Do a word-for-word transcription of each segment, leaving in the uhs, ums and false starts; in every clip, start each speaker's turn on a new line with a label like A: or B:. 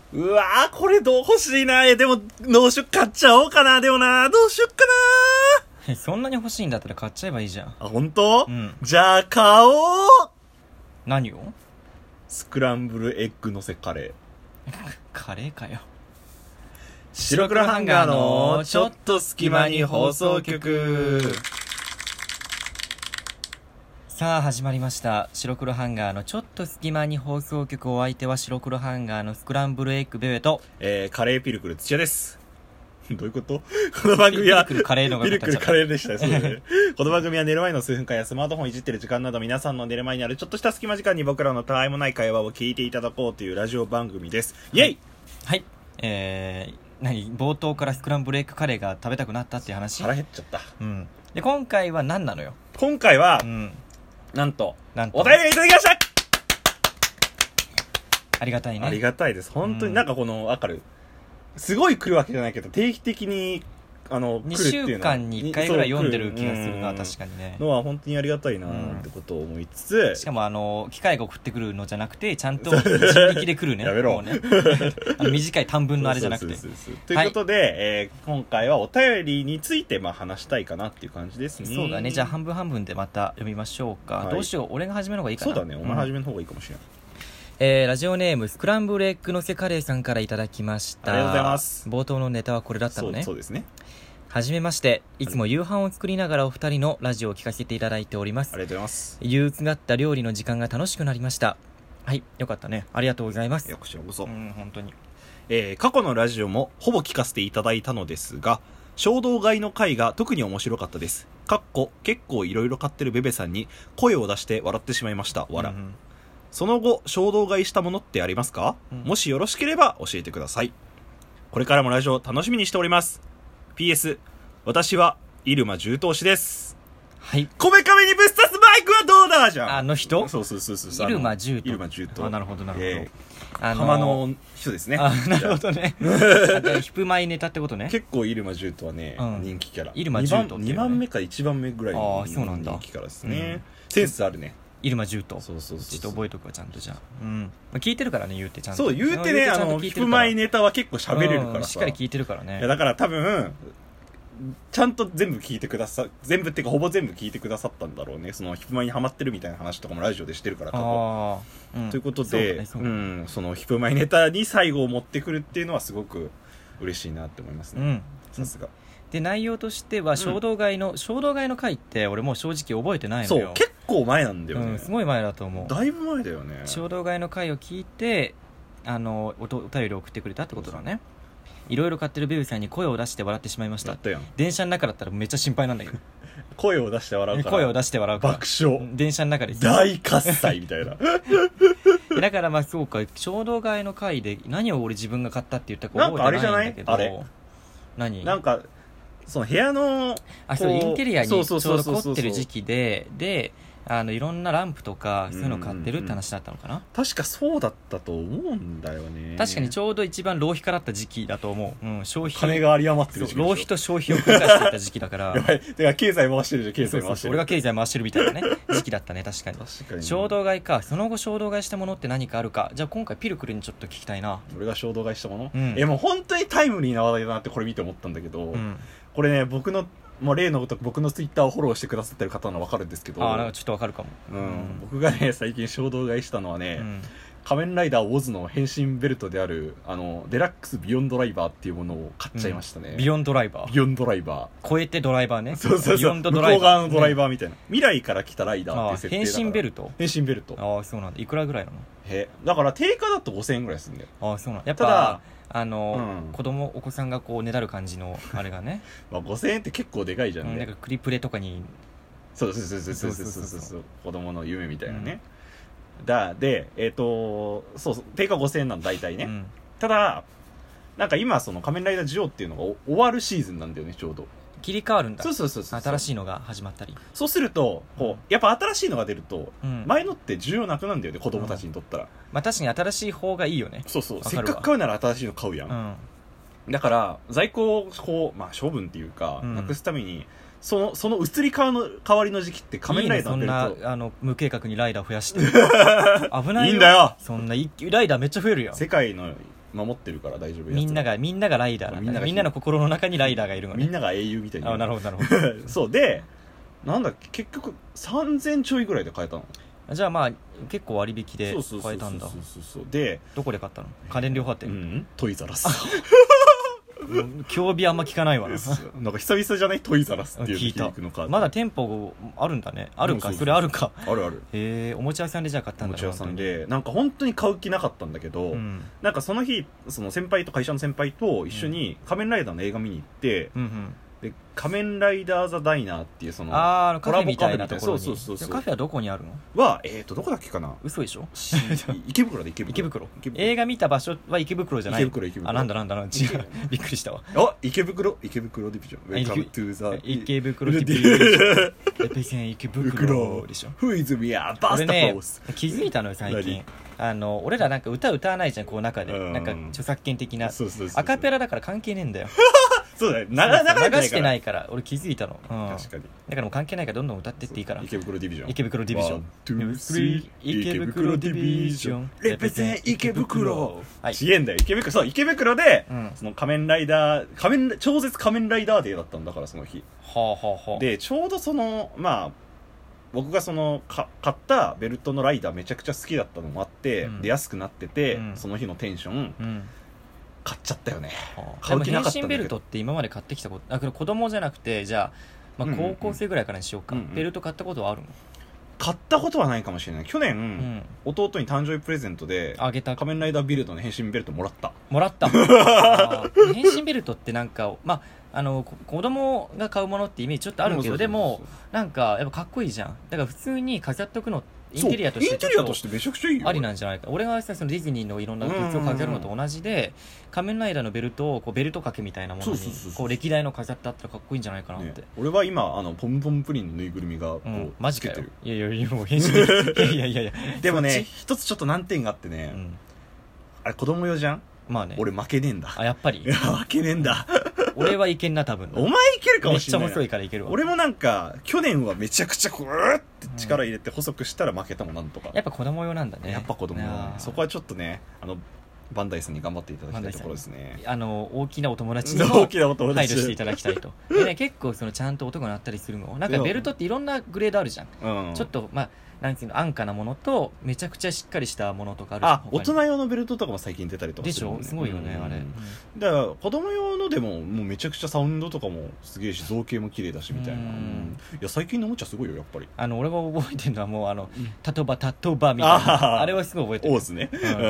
A: うわーこれどう欲しいな。えでも脳ショ買っちゃおうかな。でもなどうしよっか
B: な。そんなに欲しいんだったら買っちゃえばいいじゃん。
A: あ本当？
B: うん。
A: じゃあ買おう。
B: 何を？
A: スクランブルエッグのせカレ
B: ーカレーかよ。
A: 白黒ハンガーのちょっと隙間に放送局。
B: さあ始まりました。白黒ハンガーのちょっと隙間に放送局。お相手は白黒ハンガーのスクランブルエッグベベと、
A: えー、カレーピルクル土屋です。どういうこと？この番組は
B: ピルクルカレーのが
A: ピルクルカレーでしたよ。そうね。この番組は寝る前の数分間やスマートフォンいじってる時間など皆さんの寝る前にあるちょっとした隙間時間に僕らのたわいもない会話を聞いていただこうというラジオ番組です。イェイ。
B: はい。えー、何冒頭からスクランブルエッグカレーが食べたくなったっていう話。
A: 腹減っちゃった。
B: うん。で今回は何なのよ。
A: 今回は、うん、なんとなんとお便りいただきました。
B: ありがたいね。
A: ありがたいです。本当になんかこのわかる。すごい来るわけじゃないけど定期的にあの
B: にしゅうかんにいっかいぐらい読んでる気がするな。確かにね
A: のは本当にありがたいなってことを思いつつ、
B: しかもあの機械が送ってくるのじゃなくてちゃんと人力で来るね。
A: やめろ
B: ねあの短い短文のあれじゃなくて
A: ということで、はい、えー、今回はお便りについてまあ話したいかなっていう感じですね。
B: そうだね。じゃあ半分半分でまた読みましょうか、はい、どうしよう。俺が始める方がいいかな。
A: そうだね。お前始めの方がいいかもしれない、うん。
B: えー、ラジオネームスクランブルエッグのせカレーさんからいただきました。
A: ありがとうございます。
B: 冒頭のネタはこれだったのね。
A: そう、そうですね。
B: はじめまして。いつも夕飯を作りながらお二人のラジオを聞かせていただいております。
A: ありがとうございます。
B: 憂鬱だった料理の時間が楽しくなりました。はい、よかったね。ありがとうございます。
A: いやこちらこそ。
B: うん、本当に。
A: えー、過去のラジオもほぼ聞かせていただいたのですが、衝動買いの回が特に面白かったです。かっこ結構いろいろ買ってるベベさんに声を出して笑ってしまいました。笑。うんうん、その後衝動買いしたものってありますか？うん、もしよろしければ教えてください。これからもラジオ楽しみにしております。 ピーエス 私は入間重投資です。
B: はい。
A: こめかみにぶっ刺すバイクはどうだじゃん。
B: あの人？
A: そうそうそうそう。
B: 入間重投。
A: 入間重投。
B: あ、なるほどなるほど。え
A: ー、あのー、浜の人ですね。
B: あ、なるほどね。ヒプマイネタってことね。
A: 結構入間重投はね、うん、人気キャラ。
B: 入間重投、
A: ね、にばんめかいちばんめぐらいの人気キャラですね。うん、センスあるね。
B: 入間重投。
A: そうそうそう。
B: ちょっと覚えとくわちゃんとじゃあ。うん。まあ、聞いてるからね言うてちゃんと。
A: そう言うてね、あのヒプマイネタは結構喋れるからさ。
B: しっかり聞いてるからね。
A: いやだから多分ちゃんと全部聞いてくださ全部っていうかほぼ全部聞いてくださったんだろうね。そのヒプマイにハマってるみたいな話とかもラジオでしてるから過去。うん、ということで、そ、ね、うん、そのヒプマイネタに最後を持ってくるっていうのはすごく嬉しいなって思いますね。さすが。
B: で内容としては衝動買いの、うん、衝動買いの回って俺もう正直覚えてないのよ。
A: そう結構前なんだよね、
B: うん、すごい前だと思う。
A: だいぶ前だよね。
B: 衝動買いの回を聞いてあの お, お便りを送ってくれたってことだね。いろいろ買ってるベビーさんに声を出して笑ってしまいました。電車の中だったらめっちゃ心配なんだけど
A: 声を出して笑うから
B: 声を出して笑うから
A: 爆笑。
B: 電車の中で
A: 大喝采みたいな
B: だからまあそうか衝動買いの回で何を俺自分が買ったって言ったか覚えてないんだけど。
A: なんかあれじゃない？あれ何なんかその部屋の
B: あそうインテリアにちょうど凝ってる時期でであのいろんなランプとかそういうの買ってるって話だったのかな、うんうん
A: うん、確かそうだったと思うんだよね。
B: 確かにちょうど一番浪費家だった時期だと思う、うん、消費
A: 金が有り余ってる時期。
B: 浪費と消費を繰り返していた時期だから
A: やばい。てか経済回してるじゃん。経済回してる。そうそうそう
B: 俺が経済回してるみたいなね時期だったね。確かに確かに、ね、衝動買いか。その後衝動買いしたものって何かあるか。じゃあ今回ピルクルにちょっと聞きたいな。
A: 俺が衝動買いしたもの、うん、
B: え
A: もう本当にタイムリーな話題だなってこれ見て思ったんだけど、うん、これね僕のもう例のごとく僕のツイッターをフォローしてくださってる方なら分かるんですけど、
B: あなんかちょっと分かるかも、
A: うんうん、僕がね最近衝動買いしたのはね、うん、仮面ライダーオズの変身ベルトであるあのデラックスビヨンドライバーっていうものを買っちゃいましたね、
B: うん、ビヨンドライバー
A: ビヨンドライバー
B: 超えてドライバーね。
A: そうそうそう向こう側のドライバーみたいな、ね、未来から来たライダーっていう設定だから。
B: 変身ベルト
A: 変身ベルト。
B: ああそうなんだ。いくらぐらいなの？
A: へだから定価だとごせんえんぐらいするんだよ。
B: ああそうなんだ。やっぱただあの、うん、子供お子さんがこうねだる感じのあれがね
A: まあごせんえんって結構でかいじゃんね、
B: うん、なんかクリプレとかに
A: そうそうそうそうそうそうそうそう子供の夢みたいなね、うん、だでえっ、ー、とそうそう定価ごせんえんなの大体ね、うん、ただなんか今その仮面ライダージオっていうのが終わるシーズンなんだよね。ちょうど
B: 切り替わるんだ。
A: そうそうそうそう
B: 新しいのが始まったり。
A: そうするとこうやっぱ新しいのが出ると、うん、前のって需要なくなんだよね子供たちにとったら、うん、
B: まあ確かに新しい方がいいよね。
A: そうそうせっかく買うなら新しいの買うやん、うん、だから在庫をこう、まあ、処分っていうか、うん、なくすためにそのその移り変わの代わりの時期って仮面ライダーのベルト
B: いいね。そんなあの無計画にライダー増やして危ないよ。
A: いいんだよ。
B: そんなライダーめっちゃ増えるよ。
A: 世界の守ってるから大丈夫。
B: みんながみんながライダーなんだ、ね、みんなの心の中にライダーがいるのね。
A: みんなが英雄みたいな。
B: あ、なるほどなるほど
A: そうでなんだっけ結局さんぜんちょいぐらいで買えたの。
B: じゃあまあ結構割引で買えたんだ。
A: そうそうそうそう。で
B: どこで買ったの？家電量販店。
A: うん、トイザラス。
B: 興味あんま聞かないわな。
A: なんか久々じゃないトイザラスっていう聞くのか。
B: まだ店舗あるんだね。あるか、それあるか。
A: あるある。
B: へえ、おもちゃ屋さんでじゃあ買ったんだ。
A: おもちゃ屋さんでなんか本当に買う気なかったんだけど、うん、なんかその日その先輩と会社の先輩と一緒に仮面ライダーの映画見に行って、うんうん、で仮面ライダーザダイナーっていうその
B: あーカフェみたいなところに。
A: そうそうそうそう。
B: カフェはどこにあるの？
A: はえっ、ー、とどこだっけかな。
B: 嘘でしょ？
A: 池袋で池袋。
B: 池袋。映画見た場所は池袋じゃない。
A: 池袋池袋。
B: あ、なんだなんだなんだ違う。びっくりしたわ。
A: あ、池袋池袋ディビジョン。Welcome to the
B: 池袋ディビジョン。レペセン池袋でしょ。
A: Who is me? バスターポース。
B: 気づいたのよ最近。あの俺らなんか歌歌わないじゃんこう中で、なんか著作権的なアカペラだから関係ねえんだよ。
A: そうだね、
B: 流してないから俺気づいたの、うん、
A: 確かに。
B: だからもう関係ないからどんどん歌ってっていいから。
A: 池袋ディビジョン。
B: 池袋ディビジョン。ワン、ツー、スリー、池袋ディビジョン。
A: レペゼン池袋。はい。ちげんだよ。池袋、そう、池袋で、うん、その仮面ライダー、仮面、超絶仮面ライダーデーだったんだから、その日。
B: はあはあはあ。
A: で、ちょうどその、まあ、僕がそのか買ったベルトのライダーめちゃくちゃ好きだったのもあって、うん、で安くなってて、うん、その日のテンション、うん買っちゃったよね。
B: 買う気なかったんだけど。変身ベルトって今まで買ってきたこと、あ、これ子供じゃなくて、じゃあ、まあ、高校生ぐらいからにしようか、うんうん、ベルト買ったことはあるの？
A: 買ったことはないかもしれない。去年、うん、弟に誕生日プレゼントで
B: あげた
A: 仮面ライダービルドの変身ベルトもらった
B: もらった変身ベルトってなんか、まあ、あの子供が買うものってイメージちょっとあるけど、でもなんかやっぱかっこいいじゃん。だから普通に飾っとくのインテリアとして
A: インテリアとしてめちゃくちゃいいよ。
B: ありなんじゃないか。俺がさそのディズニーのいろんなグッズを飾るのと同じで、仮面ライダーのベルトをこうベルト掛けみたいなものにこう歴代の飾ってあったらかっこいいんじゃないかなって、ね、
A: 俺は今あのポンポンプリンのぬいぐるみがこう、うん、
B: マジかよ。いやいやいやもう変身いやいやいや
A: でもね一つちょっと難点があってね、うん、あれ子供用じゃん。まあね、俺負けねえんだ。
B: あ、やっぱり。
A: いや負けねえんだ。
B: 俺はいけんな多分。
A: お前いけるかもしれない。
B: めっちゃ細いからいけるわ。
A: 俺もなんか去年はめちゃくちゃこうって力入れて細くしたら負けたもんなんとか。
B: やっぱ子供用なんだね。
A: やっぱ子供用。そこはちょっとねあのバンダイさんに頑張っていただきたいところですね。
B: あの大きなお友達にも配慮していただきたいと。でね、結構そのちゃんと音が鳴ったりするの。なんかベルトっていろんなグレードあるじゃん。うん、ちょっとまあ。なんていうの安価なものとめちゃくちゃしっかりしたものとかある。
A: あ、大人用のベルトとかも最近出たりとかする、ね、
B: でしょ。すごいよね、うん、あれ、うん、
A: だから子供用のでももうめちゃくちゃサウンドとかもすげえし造形も綺麗だしみたいな、うんうん、いや最近のおもちゃすごいよやっぱり。
B: あの俺が覚えてるのはもうあのタトバタトバみたいな あ, あれはすごい覚えてる。
A: おうすね、うん、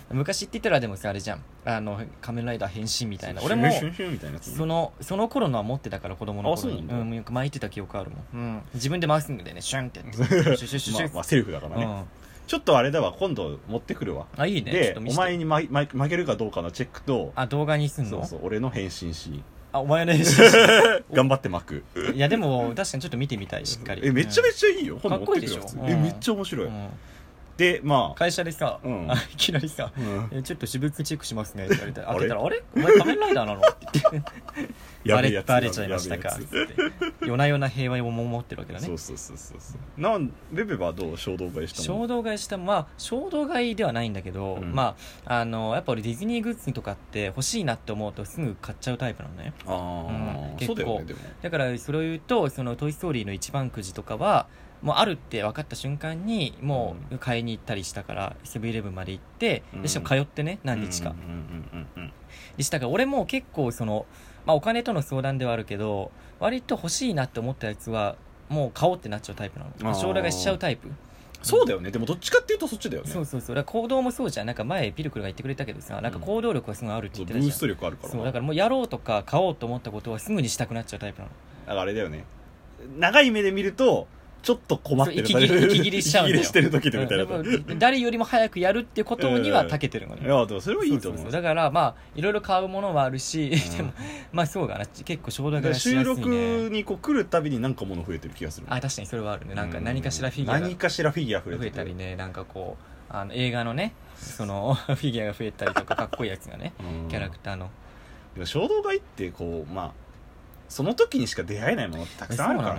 B: 昔って言ったらでもさあれじゃん、あの仮面ライダー変身みたいな。俺もそのその頃のは持ってたから子供の頃に、うん、巻いてた記憶あるもん、うん、自分で回すんでねシュンってやってシュシュシュシュ、まあまあ、
A: セルフだからね、うん、ちょっとあれだわ今度持ってくるわ。
B: あいいね。
A: でお前にまま負けるかどうかのチェックと。
B: あ動画にすんの。
A: そうそう俺の変身シーン。
B: あお前の変身
A: 頑張って巻く。
B: いやでも確かにちょっと見てみたいしっかり。
A: えめちゃめちゃいいよ、うん、
B: かっこいいでしょ。
A: えめっちゃ面白い、うん、でまあ
B: 会社でさ、うん、あいきなりさ、うん、えちょっと私物チェックしますねって言われて開けたらあれお前仮面ライダーなのって言ってバレバレちゃいましたかっつって夜な夜な平和を守ってるわけだね。
A: そうそうそうそうなんベベはどう衝動買いしたの。
B: 衝動買いしたまあ衝動買いではないんだけど、うん、まああのやっぱ俺ディズニーグッズとかって欲しいなって思うとすぐ買っちゃうタイプなのね。
A: ああ、うん、結構そうだよね。でも
B: だからそれを言うとそのトイストーリーの一番くじとかはもうあるって分かった瞬間にもう買いに行ったりしたからセブンイレブンまで行ってでしかも通ってね何日かでしたから俺も結構その、まあ、お金との相談ではあるけど割と欲しいなって思ったやつはもう買おうってなっちゃうタイプなの。衝動買いしちゃうタイプ。
A: そうだよね。でもどっちかっていうとそっちだよね。
B: そうそうそう。だから行動もそうじゃん。なんか前ピルクルが言ってくれたけどさ、なんか行動力がすごいあるって言ってたじゃん。
A: ブースト力あるから。
B: そうだからもうやろうとか買おうと思ったことはすぐにしたくなっちゃうタイプなの。
A: だからあれだよね。長い目で見るとちょっと困ってる。
B: 息切れ息切れしちゃうんだよ。
A: 息切れしてる時でみたいな、
B: うん、誰よりも早くやるっていうことには長けてるのね、
A: うん、いやでもそれはいいと思う。そうそうそう
B: だからまあいろいろ買うものはあるし、うん、でもまあそうかな結構衝動買いしやすいね。
A: 収録にこう来るたびに何か物増えてる気がする。
B: あ確かにそれはあるね。なんか何かしらフィギュア
A: 何かしらフィギュア増えて
B: 増えたりね。なんかこうあの映画のねそのフィギュアが増えたりとかかっこいいやつがねキャラクターの。
A: でも衝動買いってこうまあその時にしか出会えないものってたくさんあるからね。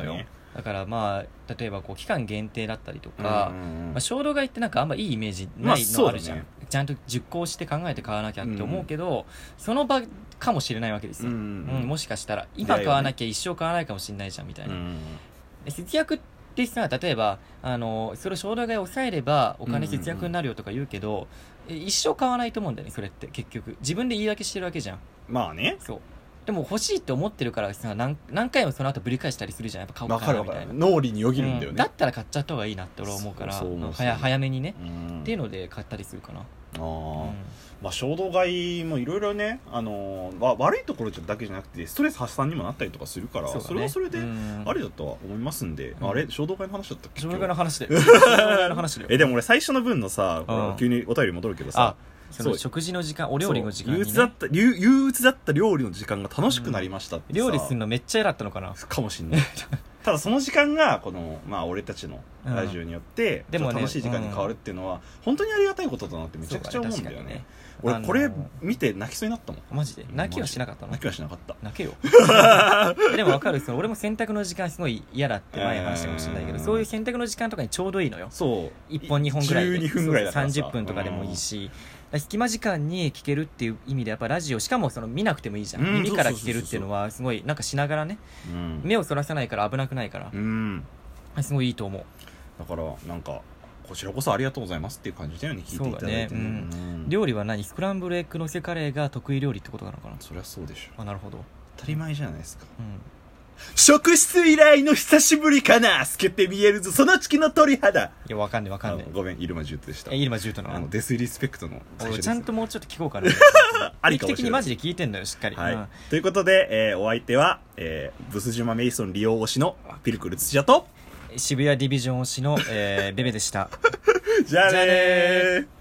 B: だからまあ例えばこう期間限定だったりとか、
A: うんうんうん
B: まあ、衝動買いってなんかあんまいいイメージない
A: まあ
B: のあるじゃん、
A: そうだね
B: ちゃんと熟考して考えて買わなきゃって思うけど、その場かもしれないわけですよ、
A: う
B: うんん
A: うん
B: もしかしたら今買わなきゃ一生買わないかもしれないじゃんみたいな、
A: うん
B: で節約ってさ、例えばあのそれを衝動買いを抑えればお金節約になるよとか言うけど、え一生買わないと思うんだよねそれって。結局自分で言い訳してるわけじゃん。
A: まあね、
B: そうでも欲しいって思ってるからさ、何, 何回もその後ぶり返したりするじゃん、やっぱ買おう
A: わ
B: か
A: かるわかる、
B: なみたいな。
A: 脳裏によぎるんだよね、
B: うんだったら買っちゃった方がいいなって俺は思うから、
A: そうそう思う
B: 早早めにね、
A: うん
B: っていうので買ったりするかな。
A: あ
B: う
A: ー、
B: ん
A: まあ、衝動買いもいろいろね、あのーわ悪いところだけじゃなくてストレス発散にもなったりとかするから、そ,、
B: うだね
A: れはそれで
B: うん
A: ありだとは思いますんで、
B: うん
A: あれ衝動買いの話だったっけ
B: 衝動
A: 今日
B: 買いの話で衝動買いの話で
A: えでも俺最初の分のさ、
B: うん
A: 急にお便り戻るけど
B: あ
A: さ、
B: その食事の時間、お料理の時間に、ね、
A: そう憂鬱だった憂憂鬱だった料理の時間が楽しくなりましたってさ、
B: 料理するのめっちゃ偉かったのかな。
A: かもしんないただその時間がこの、まあ、俺たちのラジオによって、
B: でもね
A: ちょっと楽しい時間に変わるっていうのは、本当にありがたいことだなってめちゃくちゃ思うんだよね。
B: そうだね
A: 俺これ
B: あのー
A: 見て泣きそうになったもん。
B: マジで泣きはしなかったの。
A: 泣きはしなかった。
B: 泣けよでも分かる、その俺も洗濯の時間すごい嫌だって前に話したかもしれないけど、
A: うん
B: そういう洗濯の時間とかにちょうどいいのよ。
A: そう
B: いっぽんにほんぐらいで
A: じゅうにふんぐらいだからさ
B: さんじゅっぷんとかでもいいし、だから隙間時間に聞けるっていう意味でやっぱラジオ、しかもその見なくてもいいじゃん、
A: うん
B: 耳から聞けるっていうのはすごいなんかしながらね、
A: うん、
B: 目をそらさないから危なくないから、
A: うん、
B: すごいいいと思う。
A: だからなんかこちらこそありがとうございますっていう感じだよね、聞いていただいて、
B: そうだねうん
A: うん
B: 料理は何、スクランブルエッグのせカレーが得意料理ってことなのかな。
A: そりゃそうでしょ、
B: あ、なるほど。
A: 当たり前じゃないですか。
B: うん
A: 職質以来の久しぶりかな、透けて見えるぞその月の鳥肌。
B: いや、わかんねえわかんね
A: あのごめん、入間ジュートでした。
B: え。え、入間ジュートの
A: あのデスリスペクトの最初
B: 俺
A: です
B: ちゃんともうちょっと聞こうかな
A: ありかもしれない
B: 定期的にマジで聞いてんだよしっかり、
A: はい、
B: うん
A: ということで、えーお相手は、えーブス島メイソン利用推しのピルクル土屋と
B: 渋谷ディビジョン推しの、えーベベでした。
A: じゃあねー。
B: じゃあねー